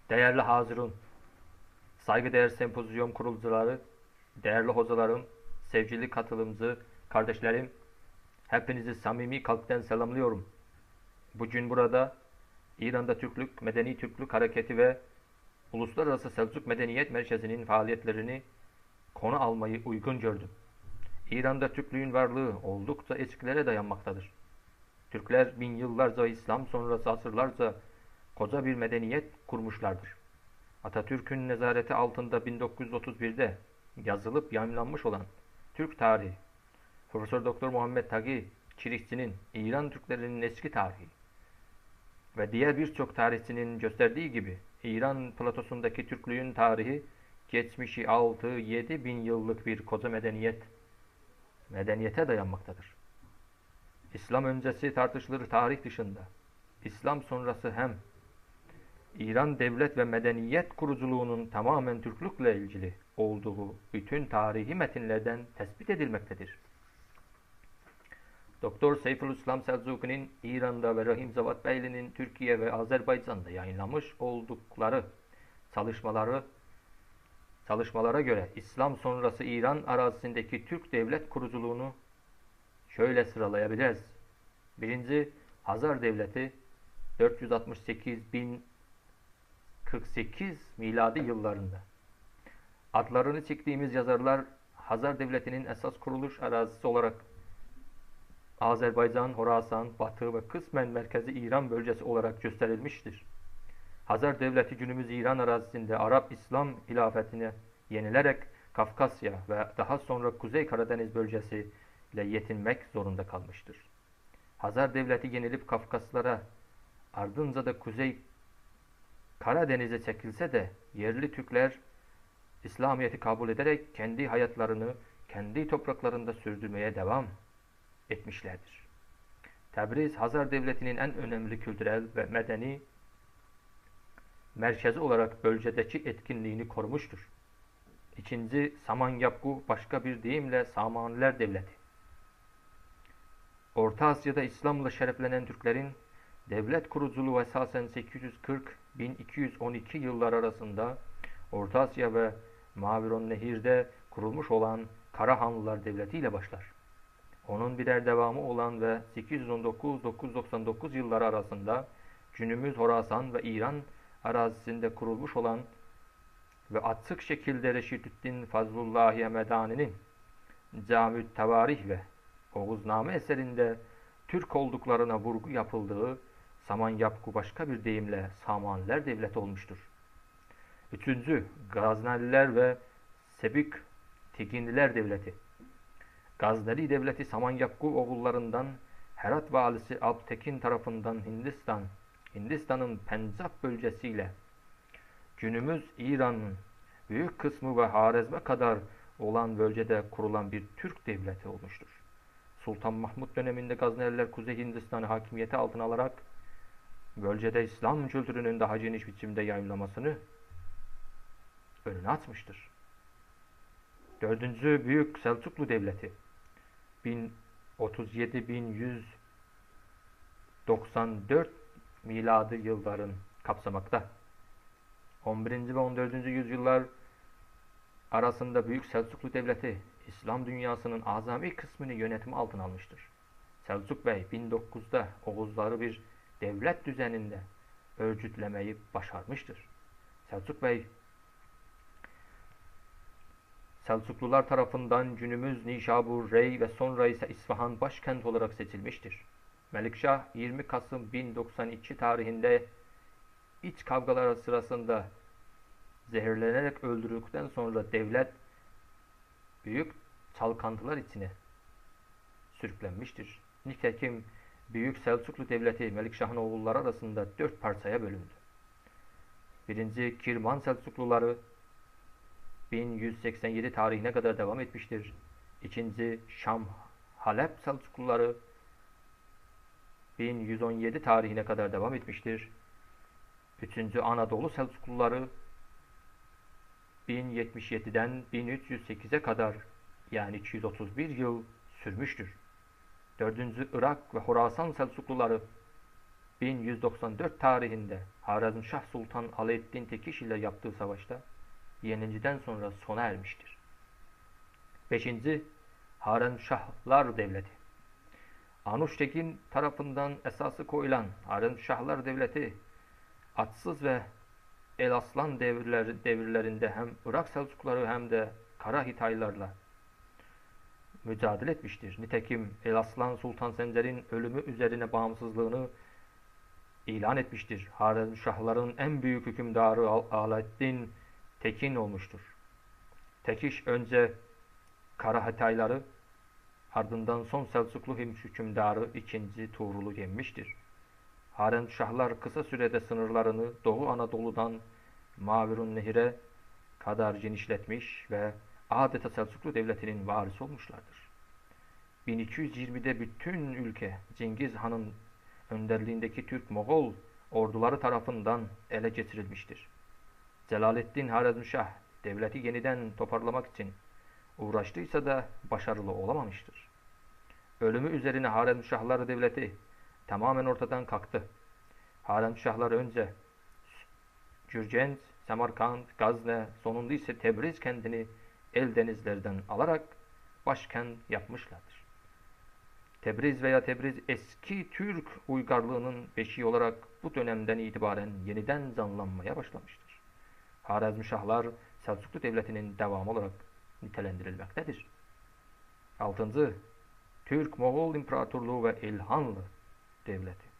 Değerli hazırın, saygıdeğer sempozyum kurulcuları, değerli hocalarım, sevgili katılımcı kardeşlerim, hepinizi samimi kalpten selamlıyorum. Bugün burada İran'da Türklük, Medeni Türklük Hareketi ve Uluslararası Selçuk Medeniyet Merkezi'nin faaliyetlerini konu almayı uygun gördüm. İran'da Türklüğün varlığı oldukça eskilere dayanmaktadır. Türkler bin yıllarca İslam sonrası asırlarca koca bir medeniyet kurmuşlardır. Atatürk'ün nezareti altında 1931'de yazılıp yayımlanmış olan Türk tarihi, Profesör Doktor Muhammed Tagi Çirikçi'nin İran Türklerinin eski tarihi ve diğer birçok tarihçinin gösterdiği gibi İran platosundaki Türklüğün tarihi geçmişi 6-7 bin yıllık bir koca medeniyete dayanmaktadır. İslam öncesi tartışılır tarih dışında, İslam sonrası hem İran devlet ve medeniyet kuruculuğunun tamamen Türklükle ilgili olduğu bütün tarihi metinlerden tespit edilmektedir. Doktor Seyfülislam Selçuklu'nun İran'da ve Rahim Cevat Beyli'nin Türkiye ve Azerbaycan'da yayınlamış oldukları çalışmalara göre İslam sonrası İran arazisindeki Türk devlet kuruculuğunu şöyle sıralayabiliriz. Birinci, Hazar Devleti 468-1048 miladi yıllarında. Adlarını çektiğimiz yazarlar Hazar Devleti'nin esas kuruluş arazisi olarak Azerbaycan, Horasan, Batı ve kısmen Merkezi İran bölgesi olarak gösterilmiştir. Hazar Devleti günümüz İran arazisinde Arap İslam hilafetine yenilerek Kafkasya ve daha sonra Kuzey Karadeniz bölgesi ile yetinmek zorunda kalmıştır. Hazar Devleti yenilip Kafkaslara, ardınca da Kuzey Karadeniz'e çekilse de yerli Türkler İslamiyet'i kabul ederek kendi hayatlarını kendi topraklarında sürdürmeye devam etmişlerdir. Tebriz, Hazar Devleti'nin en önemli kültürel ve medeni merkezi olarak bölgedeki etkinliğini korumuştur. İkinci, Samanyapgu başka bir deyimle Samaniler Devleti. Orta Asya'da İslam'la şereflenen Türklerin devlet kuruculuğu esasen 840-1212 yıllar arasında Orta Asya ve Maviron-Nehir'de kurulmuş olan Karahanlılar Devleti ile başlar. Onun birer devamı olan ve 819-999 yılları arasında günümüz Horasan ve İran arazisinde kurulmuş olan ve açık şekilde Reşidüddin Fazlullahi Hemedani'nin Camü't Tevarih ve Oğuzname eserinde Türk olduklarına vurgu yapıldığı Samanyapgu başka bir deyimle Samaniler Devleti olmuştur. Üçüncü, Gazneliler ve Sebük Tiginliler Devleti. Gazneli Devleti Samanyapgu oğullarından Herat valisi Alptekin tarafından Hindistan'ın Pencap bölgesiyle günümüz İran'ın büyük kısmı ve Harizm'e kadar olan bölgede kurulan bir Türk devleti olmuştur. Sultan Mahmud döneminde Gazneliler Kuzey Hindistan'ı hakimiyeti altına alarak bölgede İslam kültürünün daha geniş biçimde yayılmasını önüne atmıştır. Dördüncü Büyük Selçuklu Devleti 1037-1194 miladi yılların kapsamakta. 11. ve 14. yüzyıllar arasında Büyük Selçuklu Devleti İslam dünyasının azami kısmını yönetimi altına almıştır. Selçuk Bey 1009'da Oğuzları bir devlet düzeninde örgütlemeyi başarmıştır. Selçuk Bey Selçuklular tarafından günümüz Nişabur, Rey ve sonra ise İsfahan başkent olarak seçilmiştir. Melikşah 20 Kasım 1092 tarihinde iç kavgalar sırasında zehirlenerek öldürüldükten sonra devlet büyük çalkantılar içine sürüklenmiştir. Nitekim Büyük Selçuklu Devleti Melikşah'ın oğulları arasında 4 parçaya bölündü. Birinci Kirman Selçukluları 1187 tarihine kadar devam etmiştir. İkinci Şam Halep Selçukluları 1117 tarihine kadar devam etmiştir. Üçüncü Anadolu Selçukluları 1077'den 1308'e kadar yani 231 yıl sürmüştür. Dördüncü Irak ve Horasan Selçukluları 1194 tarihinde Harazmşah Sultan Alaeddin Tekiş ile yaptığı savaşta yenilgiden sonra sona ermiştir. 5. Harazmşahlar Devleti. Anuştekin tarafından esası koyulan Harazmşahlar Devleti, Atsız ve El-Aslan devirlerinde hem Irak Selçukluları hem de Kara Hitaylarla mücadele etmiştir. Nitekim El-Aslan Sultan Sencer'in ölümü üzerine bağımsızlığını ilan etmiştir. Harazmşahların en büyük hükümdarı Alaeddin Tekin olmuştur. Tekiş önce Kara Hitayları, ardından son Selçuklu hükümdarı 2. Tuğrul'u yenmiştir. Harazmşahlar kısa sürede sınırlarını Doğu Anadolu'dan Mavirun Nehir'e kadar genişletmiş ve adeta Selçuklu Devleti'nin varisi olmuşlardır. 1220'de bütün ülke Cengiz Han'ın önderliğindeki Türk-Moğol orduları tarafından ele geçirilmiştir. Celaleddin Harazmşah devleti yeniden toparlamak için uğraştıysa da başarılı olamamıştır. Ölümü üzerine Harazmşahlar Devleti tamamen ortadan kalktı. Harazmşahlar önce Gürcent, Semerkant, Gazne, sonunda ise Tebriz kentini el denizlerden alarak başkent yapmışlardır. Tebriz veya Tebriz eski Türk uygarlığının beşiği olarak bu dönemden itibaren yeniden canlanmaya başlamıştır. Harazmşahlar Selçuklu Devleti'nin devamı olarak nitelendirilmektedir. 6. Türk-Moğol İmparatorluğu ve İlhanlı Devleti.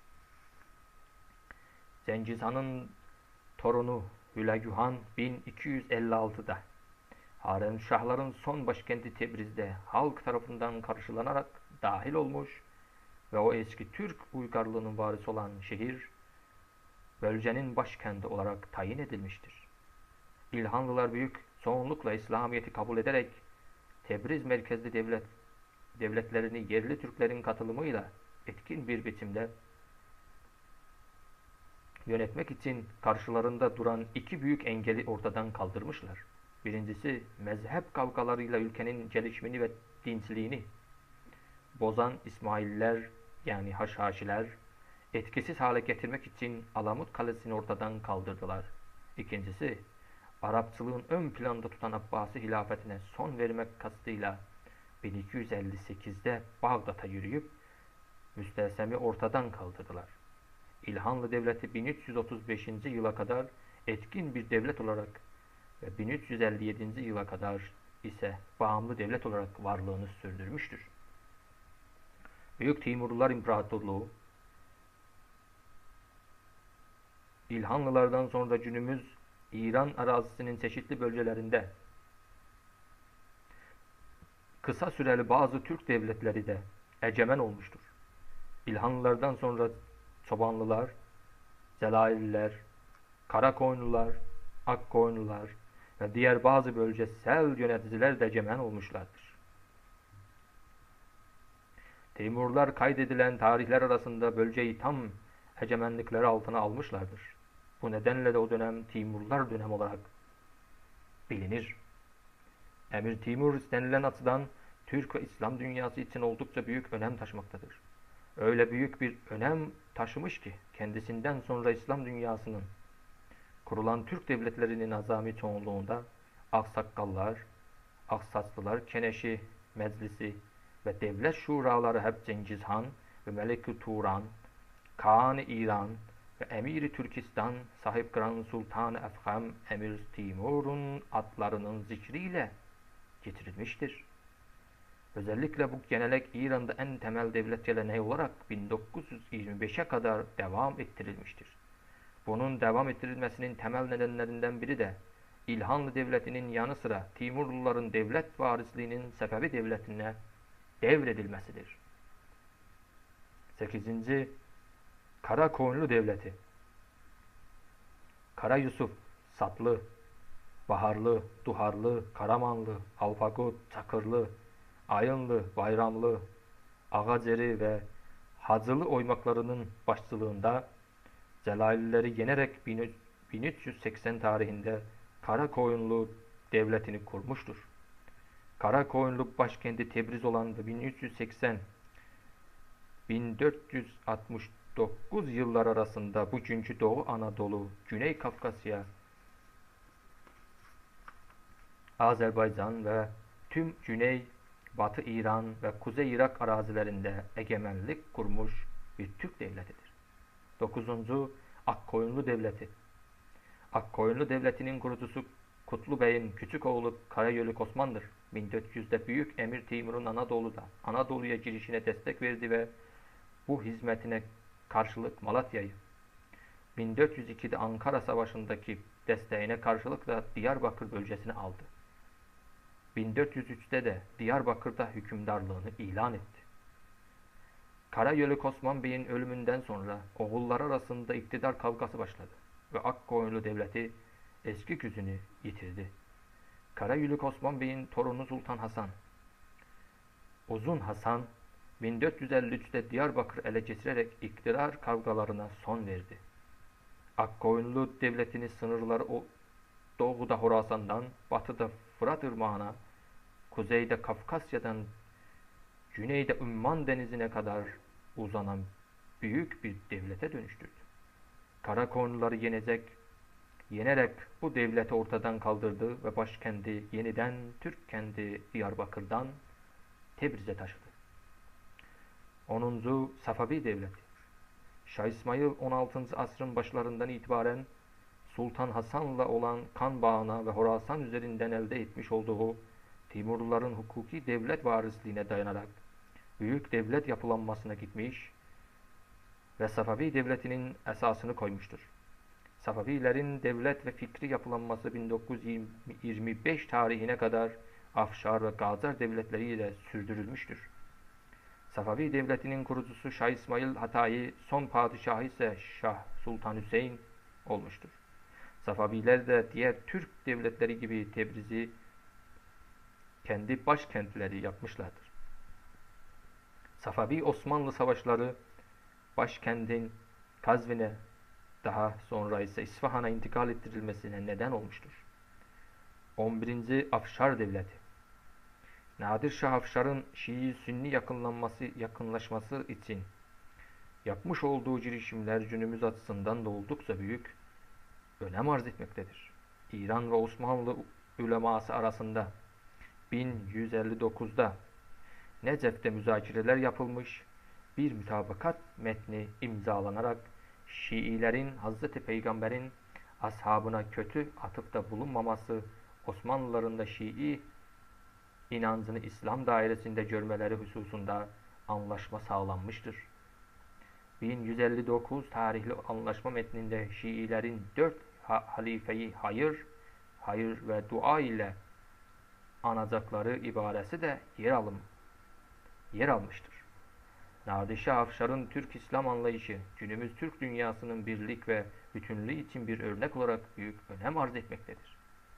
Cengiz Han'ın torunu Hülagü Han 1256'da Harazmşahların son başkenti Tebriz'de halk tarafından karşılanarak dahil olmuş ve o eski Türk uygarlığının varisi olan şehir bölgenin başkenti olarak tayin edilmiştir. İlhanlılar büyük çoğunlukla İslamiyet'i kabul ederek Tebriz merkezli devletlerini yerli Türklerin katılımıyla etkin bir biçimde yönetmek için karşılarında duran iki büyük engeli ortadan kaldırmışlar. Birincisi, mezhep kavgalarıyla ülkenin gelişimini ve dinçliğini bozan İsmaililer yani Haşhaşiler etkisiz hale getirmek için Alamut Kalesi'ni ortadan kaldırdılar. İkincisi, Arapçılığın ön planda tutan Abbasi hilafetine son vermek kastıyla 1258'de Bağdat'a yürüyüp müstehsemi ortadan kaldırdılar. İlhanlı Devleti 1335. yıla kadar etkin bir devlet olarak ve 1357. yıla kadar ise bağımlı devlet olarak varlığını sürdürmüştür. Büyük Timurlular İmparatorluğu İlhanlılardan sonra günümüz İran arazisinin çeşitli bölgelerinde kısa süreli bazı Türk devletleri de egemen olmuştur. İlhanlılardan sonra Çobanlılar, Celaililer, Karakoyunlular, Akkoyunlular ve diğer bazı bölgesel yöneticiler de egemen olmuşlardır. Timurlular kaydedilen tarihler arasında bölgeyi tam egemenlikleri altına almışlardır. Bu nedenle de o dönem Timurlular dönemi olarak bilinir. Emir Timur denilen açıdan Türk ve İslam dünyası için oldukça büyük önem taşımaktadır. Öyle büyük bir önem taşımış ki kendisinden sonra İslam dünyasının kurulan Türk devletlerinin azami çoğunluğunda Aksakallar, Aksaçlılar, Keneşi, Meclisi ve devlet şuraları hep Cengiz Han ve Melik-i Turan, Kağan-ı İran ve Emir-i Türkistan sahip Kıran Sultan-ı Efhem Emir Timur'un adlarının zikriyle getirilmiştir. Özellikle bu genelek İran'da en temel devlet geleneği olarak 1925'e kadar devam ettirilmiştir. Bunun devam ettirilmesinin temel nedenlerinden biri de İlhanlı Devleti'nin yanı sıra Timurluların devlet varisliğinin Sefevi Devleti'ne devredilmesidir. 8. Karakoyunlu Devleti. Kara Yusuf, Satlı, Baharlı, Duharlı, Karamanlı, Alpagut, Çakırlı, Ayınlı, Bayramlı, Ağaceri ve Hacılı oymaklarının başçılığında Celalileri yenerek 1380 tarihinde Karakoyunlu Devleti'ni kurmuştur. Karakoyunlu başkenti Tebriz olan ve 1380-1469 1909 yıllar arasında bugünkü Doğu Anadolu, Güney Kafkasya, Azerbaycan ve tüm Güney, Batı İran ve Kuzey Irak arazilerinde egemenlik kurmuş bir Türk devletidir. 9. Akkoyunlu Devleti. Akkoyunlu Devleti'nin kurucusu Kutlu Bey'in küçük oğlu Karayölük Osman'dır. 1400'de Büyük Emir Timur'un Anadolu'ya girişine destek verdi ve bu hizmetine karşılık Malatya'yı, 1402'de Ankara Savaşı'ndaki desteğine karşılık da Diyarbakır bölgesini aldı. 1403'te de Diyarbakır'da hükümdarlığını ilan etti. Karayölük Osman Bey'in ölümünden sonra oğullar arasında iktidar kavgası başladı ve Akkoyunlu Devleti eski gücünü yitirdi. Karayölük Osman Bey'in torunu Sultan Hasan, Uzun Hasan, 1453'te Diyarbakır ele geçirerek iktidar kavgalarına son verdi. Akkoyunlu Devleti'nin sınırları doğuda Horasan'dan, batıda Fırat Irmağı'na, kuzeyde Kafkasya'dan, güneyde Ümman Denizi'ne kadar uzanan büyük bir devlete dönüştürdü. Karakoyunluları yenerek bu devleti ortadan kaldırdı ve başkenti yeniden Türk kendi Diyarbakır'dan Tebriz'e taşıdı. 10. Safavi Devleti. Şah İsmail 16. asrın başlarından itibaren Sultan Hasan'la olan kan bağına ve Horasan üzerinden elde etmiş olduğu Timurluların hukuki devlet varisliğine dayanarak büyük devlet yapılanmasına gitmiş ve Safavi Devleti'nin esasını koymuştur. Safavilerin devlet ve fikri yapılanması 1925 tarihine kadar Afşar ve Gacar devletleriyle sürdürülmüştür. Safavi Devleti'nin kurucusu Şah İsmail Hatayi, son padişahı ise Şah Sultan Hüseyin olmuştur. Safaviler de diğer Türk devletleri gibi Tebriz'i kendi başkentleri yapmışlardır. Safavi Osmanlı savaşları başkentin Kazvin'e, daha sonra ise İsfahan'a intikal ettirilmesine neden olmuştur. 11. Afşar Devleti. Nadir Şah Afşar'ın Şii-Sünni yakınlaşması için yapmış olduğu girişimler günümüz açısından da oldukça büyük önem arz etmektedir. İran ve Osmanlı uleması arasında 1159'da Necef'te müzakereler yapılmış, bir mütabakat metni imzalanarak Şiilerin Hz. Peygamber'in ashabına kötü atıfta bulunmaması, Osmanlıların da Şii inancını İslam dairesinde görmeleri hususunda anlaşma sağlanmıştır. 1159 tarihli anlaşma metninde Şiilerin 4 halifeyi hayır ve dua ile anacakları ibaresi de yer almıştır. Nadir Afşar'ın Türk İslam anlayışı günümüz Türk dünyasının birlik ve bütünlüğü için bir örnek olarak büyük önem arz etmektedir.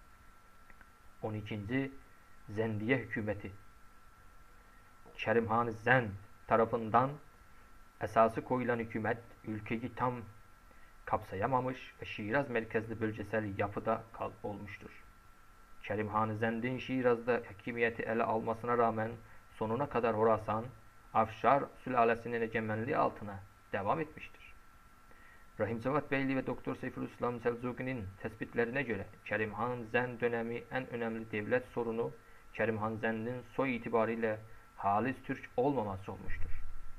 12. Zendiye Hükümeti. Kerimhan Zend tarafından esası koyulan hükümet ülkeyi tam kapsayamamış ve Şiraz merkezli bölgesel yapıda olmuştur. Kerimhan Zend'in Şiraz'da hakimiyeti ele almasına rağmen sonuna kadar Horasan, Afşar sülalesinin egemenliği altına devam etmiştir. Rahim Cevat Beyli ve Doktor Seyfülislam Selçuki'nin tespitlerine göre Kerimhan Zend dönemi en önemli devlet sorunu Kerimhan Zend'in soy itibariyle halis Türk olmaması olmuştur.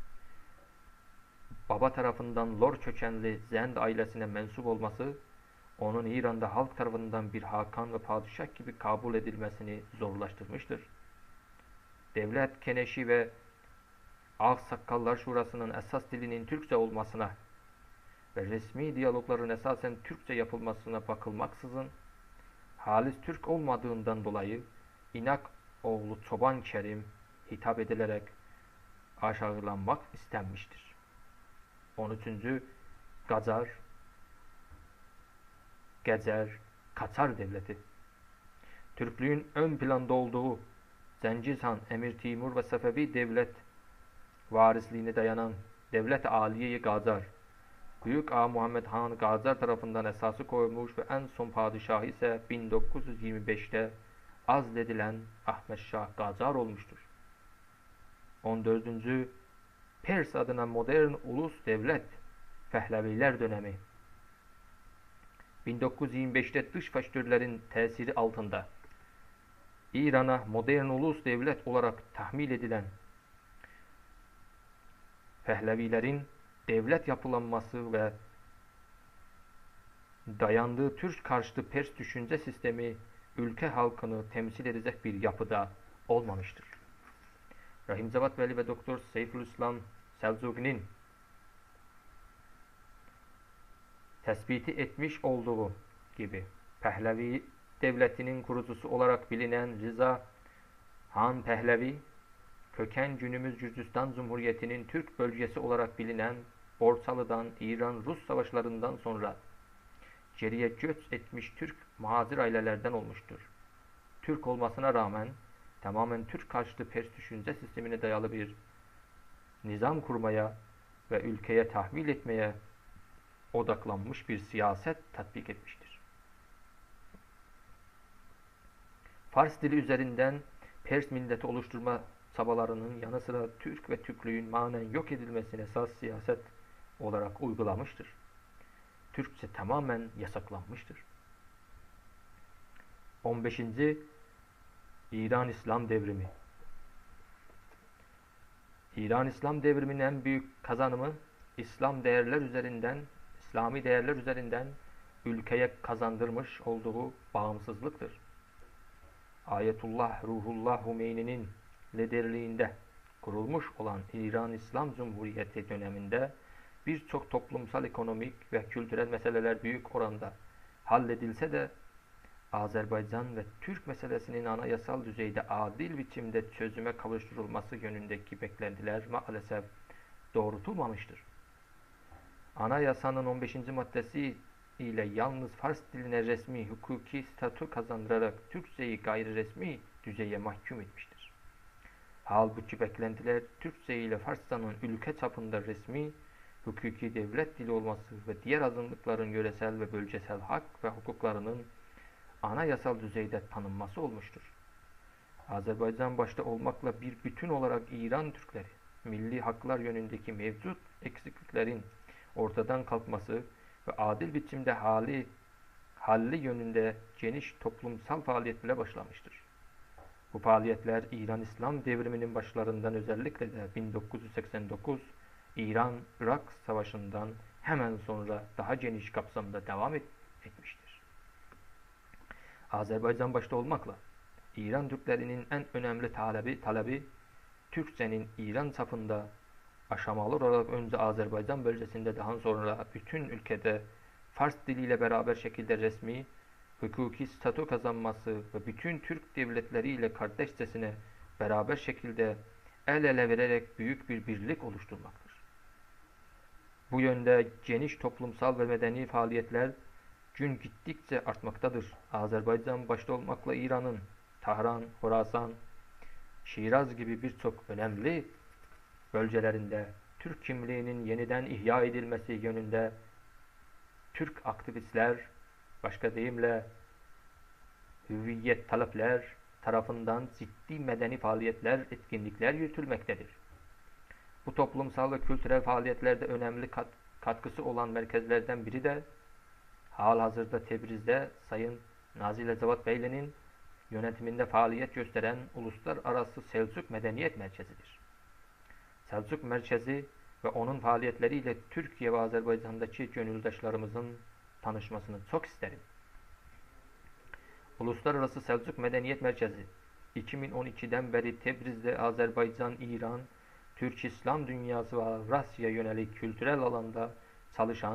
Baba tarafından Lor kökenli Zend ailesine mensup olması, onun İran'da halk tarafından bir hakan ve padişah gibi kabul edilmesini zorlaştırmıştır. Devlet Keneşi ve Ağsakallar Şurası'nın esas dilinin Türkçe olmasına ve resmi diyalogların esasen Türkçe yapılmasına bakılmaksızın, halis Türk olmadığından dolayı İnak oğlu Çoban Kerim hitap edilerek aşağılanmak istenmiştir. 13. Kaçar Devleti. Türklüğün ön planda olduğu Cengiz Han, Emir Timur ve Sefevi devlet varisliğine dayanan Devlet-i Aliye-i Gacar, Büyük Ağa Muhammed Han Gacar tarafından esası koyulmuş ve en son padişahı ise 1925'te azledilen Ahmet Şah Gacar olmuştur. 14. Pers adına modern ulus devlet Pehleviler dönemi 1925'te dış faşistlerin tesiri altında İran'a modern ulus devlet olarak tahmil edilen Pehlevilerin devlet yapılanması ve dayandığı Türk karşıtı Pers düşünce sistemi ülke halkını temsil edecek bir yapıda olmamıştır. Rahimzavad Veli ve Doktor Seyfülislam Selçuklu'nun tespiti etmiş olduğu gibi Pehlevi devletinin kurucusu olarak bilinen Rıza Han Pehlevi, köken günümüz Gürcistan Cumhuriyeti'nin Türk bölgesi olarak bilinen Borçalı'dan İran-Rus savaşlarından sonra geriye göç etmiş Türk muhacir ailelerden olmuştur. Türk olmasına rağmen tamamen Türk karşıtı Pers düşünce sistemine dayalı bir nizam kurmaya ve ülkeye tahvil etmeye odaklanmış bir siyaset tatbik etmiştir. Fars dili üzerinden Pers milleti oluşturma çabalarının yanı sıra Türk ve Türklüğün manen yok edilmesine esas siyaset olarak uygulamıştır. Türkçe tamamen yasaklanmıştır. 15. İran İslam Devrimi İran İslam Devrimi'nin en büyük kazanımı İslami değerler üzerinden ülkeye kazandırmış olduğu bağımsızlıktır. Ayetullah Ruhullah Hümeyni'nin liderliğinde kurulmuş olan İran İslam Cumhuriyeti döneminde birçok toplumsal, ekonomik ve kültürel meseleler büyük oranda halledilse de Azerbaycan ve Türk meselesinin anayasal düzeyde adil biçimde çözüme kavuşturulması yönündeki beklentiler maalesef doğrultulmamıştır. Anayasanın 15. maddesi ile yalnız Fars diline resmi hukuki statü kazandırarak Türkçeyi gayri resmi düzeye mahkum etmiştir. Halbuki beklentiler Türkçe ile Farsçanın ülke çapında resmi hukuki devlet dili olması ve diğer azınlıkların yöresel ve bölgesel hak ve hukuklarının anayasal düzeyde tanınması olmuştur. Azerbaycan başta olmakla bir bütün olarak İran Türkleri, milli haklar yönündeki mevcut eksikliklerin ortadan kalkması ve adil biçimde halli yönünde geniş toplumsal faaliyetlere başlamıştır. Bu faaliyetler İran İslam Devrimi'nin başlarından özellikle de 1989 İran-Irak Savaşı'ndan hemen sonra daha geniş kapsamda devam etmiştir. Azerbaycan başta olmakla İran Türklerinin en önemli talebi Türkçenin İran çapında aşamalı olarak önce Azerbaycan bölgesinde daha sonra bütün ülkede Fars diliyle beraber şekilde resmi hukuki statü kazanması ve bütün Türk devletleriyle kardeşçesine beraber şekilde el ele vererek büyük bir birlik oluşturmaktır. Bu yönde geniş toplumsal ve medeni faaliyetler gün gittikçe artmaktadır. Azerbaycan başta olmakla İran'ın Tahran, Horasan, Şiraz gibi birçok önemli bölgelerinde Türk kimliğinin yeniden ihya edilmesi yönünde Türk aktivistler, başka deyimle hüviyet talepler tarafından ciddi medeni faaliyetler, etkinlikler yürütülmektedir. Bu toplumsal ve kültürel faaliyetlerde önemli katkısı olan merkezlerden biri de halihazırda Tebriz'de Sayın Nazile Cevat Beyli'nin yönetiminde faaliyet gösteren Uluslararası Selçuk Medeniyet Merkezi'dir. Selçuk Merkezi ve onun faaliyetleriyle Türkiye ve Azerbaycan'daki gönüldaşlarımızın tanışmasını çok isterim. Uluslararası Selçuk Medeniyet Merkezi 2012'den beri Tebriz'de Azerbaycan, İran, Türk İslam dünyası ve Avrasya yönelik kültürel alanda çalışan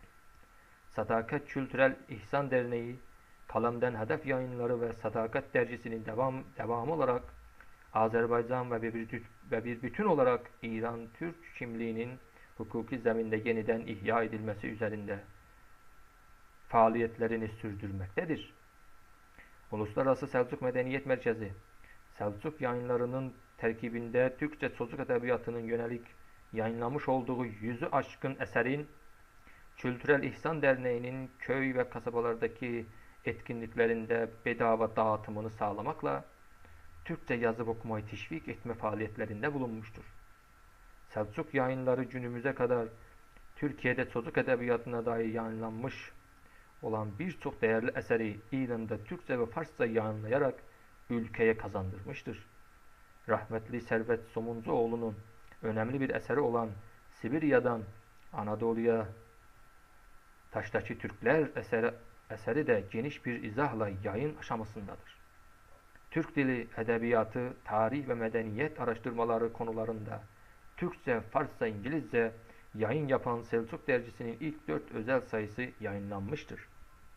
Sadakat Kültürel İhsan Derneği, Kalemden Hedef Yayınları ve Sadakat Dergisi'nin devamı olarak Azerbaycan ve bir bütün olarak İran-Türk kimliğinin hukuki zeminde yeniden ihya edilmesi üzerinde faaliyetlerini sürdürmektedir. Uluslararası Selçuk Medeniyet Merkezi, Selçuk Yayınları'nın terkibinde Türkçe çocuk edebiyatının yönelik yayınlamış olduğu 100'ü aşkın eserin, Kültürel İhsan Derneği'nin köy ve kasabalardaki etkinliklerinde bedava dağıtımını sağlamakla Türkçe yazıp okumayı teşvik etme faaliyetlerinde bulunmuştur. Selçuk Yayınları günümüze kadar Türkiye'de çocuk edebiyatına dair yayınlanmış olan birçok değerli eseri İran'da Türkçe ve Farsça yayınlayarak ülkeye kazandırmıştır. Rahmetli Servet Somuncuoğlu'nun önemli bir eseri olan Sibirya'dan Anadolu'ya Taştaki Türkler eseri de geniş bir izahla yayın aşamasındadır. Türk dili, edebiyatı, tarih ve medeniyet araştırmaları konularında Türkçe, Farsça, İngilizce yayın yapan Selçuk Dergisi'nin ilk 4 özel sayısı yayınlanmıştır.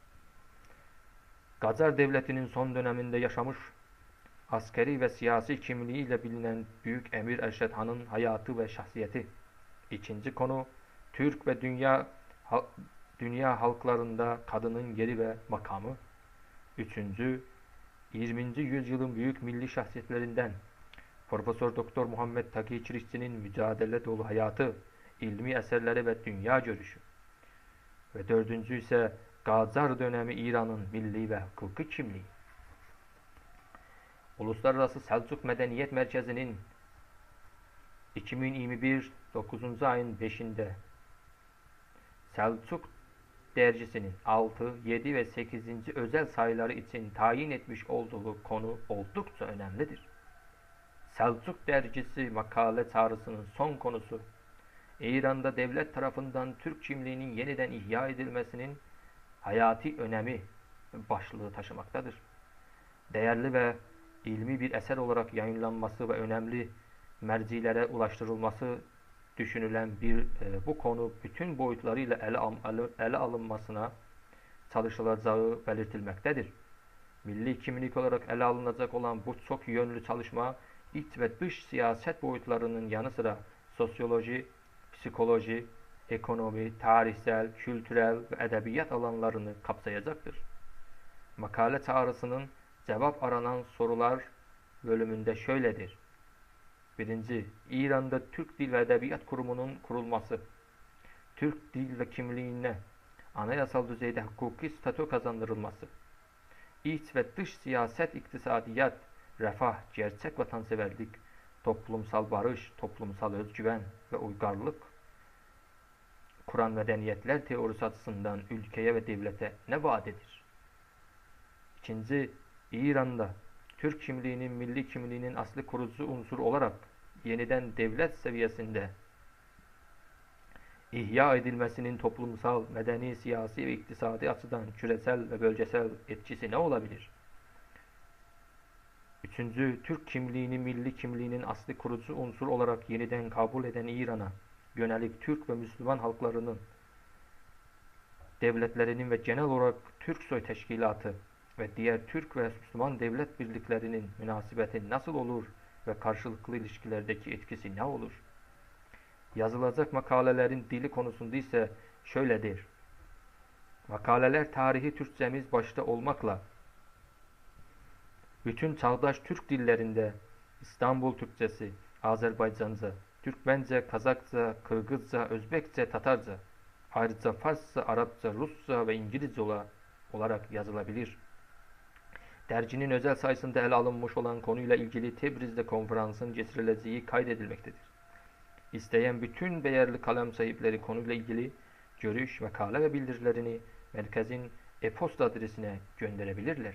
Qacar Devleti'nin son döneminde yaşamış, askeri ve siyasi kimliğiyle bilinen Büyük Emir Erşed Han'ın hayatı ve şahsiyeti. İkinci konu, Türk ve dünya halklarında kadının yeri ve makamı. Üçüncü, 20. yüzyılın büyük milli şahsiyetlerinden Profesör Doktor Muhammed Taki Çirikçi'nin mücadele dolu hayatı, ilmi eserleri ve dünya görüşü. Ve dördüncü ise Qacar dönemi İran'ın milli ve hukuki kimliği. Uluslararası Selçuk Medeniyet Merkezi'nin 2021 9. ayın 5'inde Selçuk Dergisi'nin 6, 7 ve 8. özel sayıları için tayin etmiş olduğu konu oldukça önemlidir. Selçuk Dergisi makale çağrısının son konusu, İran'da devlet tarafından Türk kimliğinin yeniden ihya edilmesinin hayati önemi başlığı taşımaktadır. Değerli ve ilmi bir eser olarak yayınlanması ve önemli mercilere ulaştırılması düşünülen bu konu bütün boyutlarıyla ele alınmasına çalışılacağı belirtilmektedir. Milli kimlik olarak ele alınacak olan bu çok yönlü çalışma, iç ve dış siyaset boyutlarının yanı sıra sosyoloji, psikoloji, ekonomi, tarihsel, kültürel ve edebiyat alanlarını kapsayacaktır. Makale çağrısının cevap aranan sorular bölümünde şöyledir. 1. İran'da Türk Dil ve Edebiyat Kurumu'nun kurulması. Türk dil ve kimliğine anayasal düzeyde hukuki statü kazandırılması. İç ve dış siyaset, iktisadiyat, refah, gerçek vatanseverlik, toplumsal barış, toplumsal özgüven ve uygarlık kuran medeniyetler teorisi açısından ülkeye ve devlete ne vaat edir? 2. İran'da Türk kimliğinin milli kimliğinin asli kurucu unsur olarak yeniden devlet seviyesinde ihya edilmesinin toplumsal, medeni, siyasi ve iktisadi açıdan küresel ve bölgesel etkisi ne olabilir? 3. Türk kimliğini milli kimliğinin asli kurucu unsur olarak yeniden kabul eden İran'a yönelik Türk ve Müslüman halklarının, devletlerinin ve genel olarak Türksoy Teşkilatı ve diğer Türk ve Müslüman devlet birliklerinin münasebeti nasıl olur ve karşılıklı ilişkilerdeki etkisi ne olur? Yazılacak makalelerin dili konusunda ise şöyledir. Makaleler tarihi Türkçemiz başta olmakla bütün çağdaş Türk dillerinde İstanbul Türkçesi, Azerbaycanca, Türkmence, Kazakça, Kırgızca, Özbekçe, Tatarca, ayrıca Farsça, Arapça, Rusça ve İngilizce olarak yazılabilir. Derginin özel sayısında ele alınmış olan konuyla ilgili Tebriz'de konferansın geçirileceği kaydedilmektedir. İsteyen bütün değerli kalem sahipleri konuyla ilgili görüş, makale ve bildirilerini merkezin e-posta adresine gönderebilirler.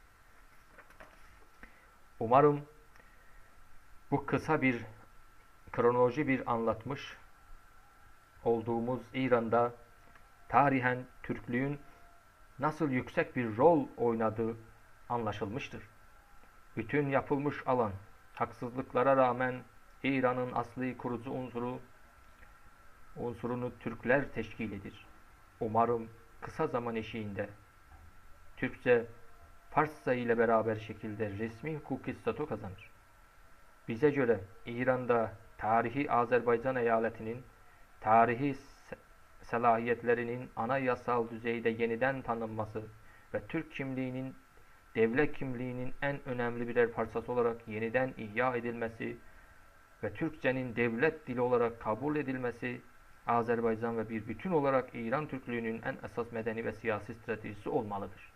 Umarım bu kısa bir kronoloji bir anlatmış olduğumuz İran'da tarihen Türklüğün nasıl yüksek bir rol oynadığı anlaşılmıştır. Bütün yapılmış alan, haksızlıklara rağmen İran'ın asli kurucu unsurunu Türkler teşkil edir. Umarım kısa zaman eşiğinde Türkçe, Farsça ile beraber şekilde resmi hukuki statü kazanır. Bize göre İran'da tarihi Azerbaycan eyaletinin tarihi selahiyetlerinin anayasal düzeyde yeniden tanınması ve Türk kimliğinin devlet kimliğinin en önemli birer parçası olarak yeniden ihya edilmesi ve Türkçenin devlet dili olarak kabul edilmesi Azerbaycan ve bir bütün olarak İran Türklüğünün en esas medeni ve siyasi stratejisi olmalıdır.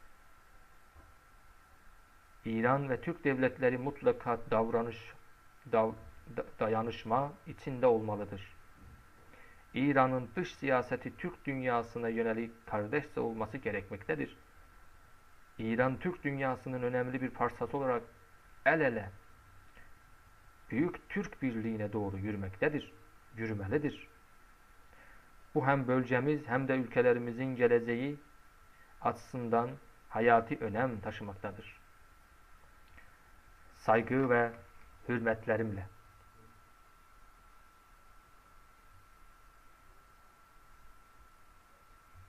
İran ve Türk devletleri mutlaka dayanışma içinde olmalıdır. İran'ın dış siyaseti Türk dünyasına yönelik kardeşçe olması gerekmektedir. İran, Türk dünyasının önemli bir parçası olarak el ele büyük Türk birliğine doğru yürümelidir. Bu hem bölgemiz hem de ülkelerimizin geleceği açısından hayati önem taşımaktadır. Saygı ve hürmetlerimle.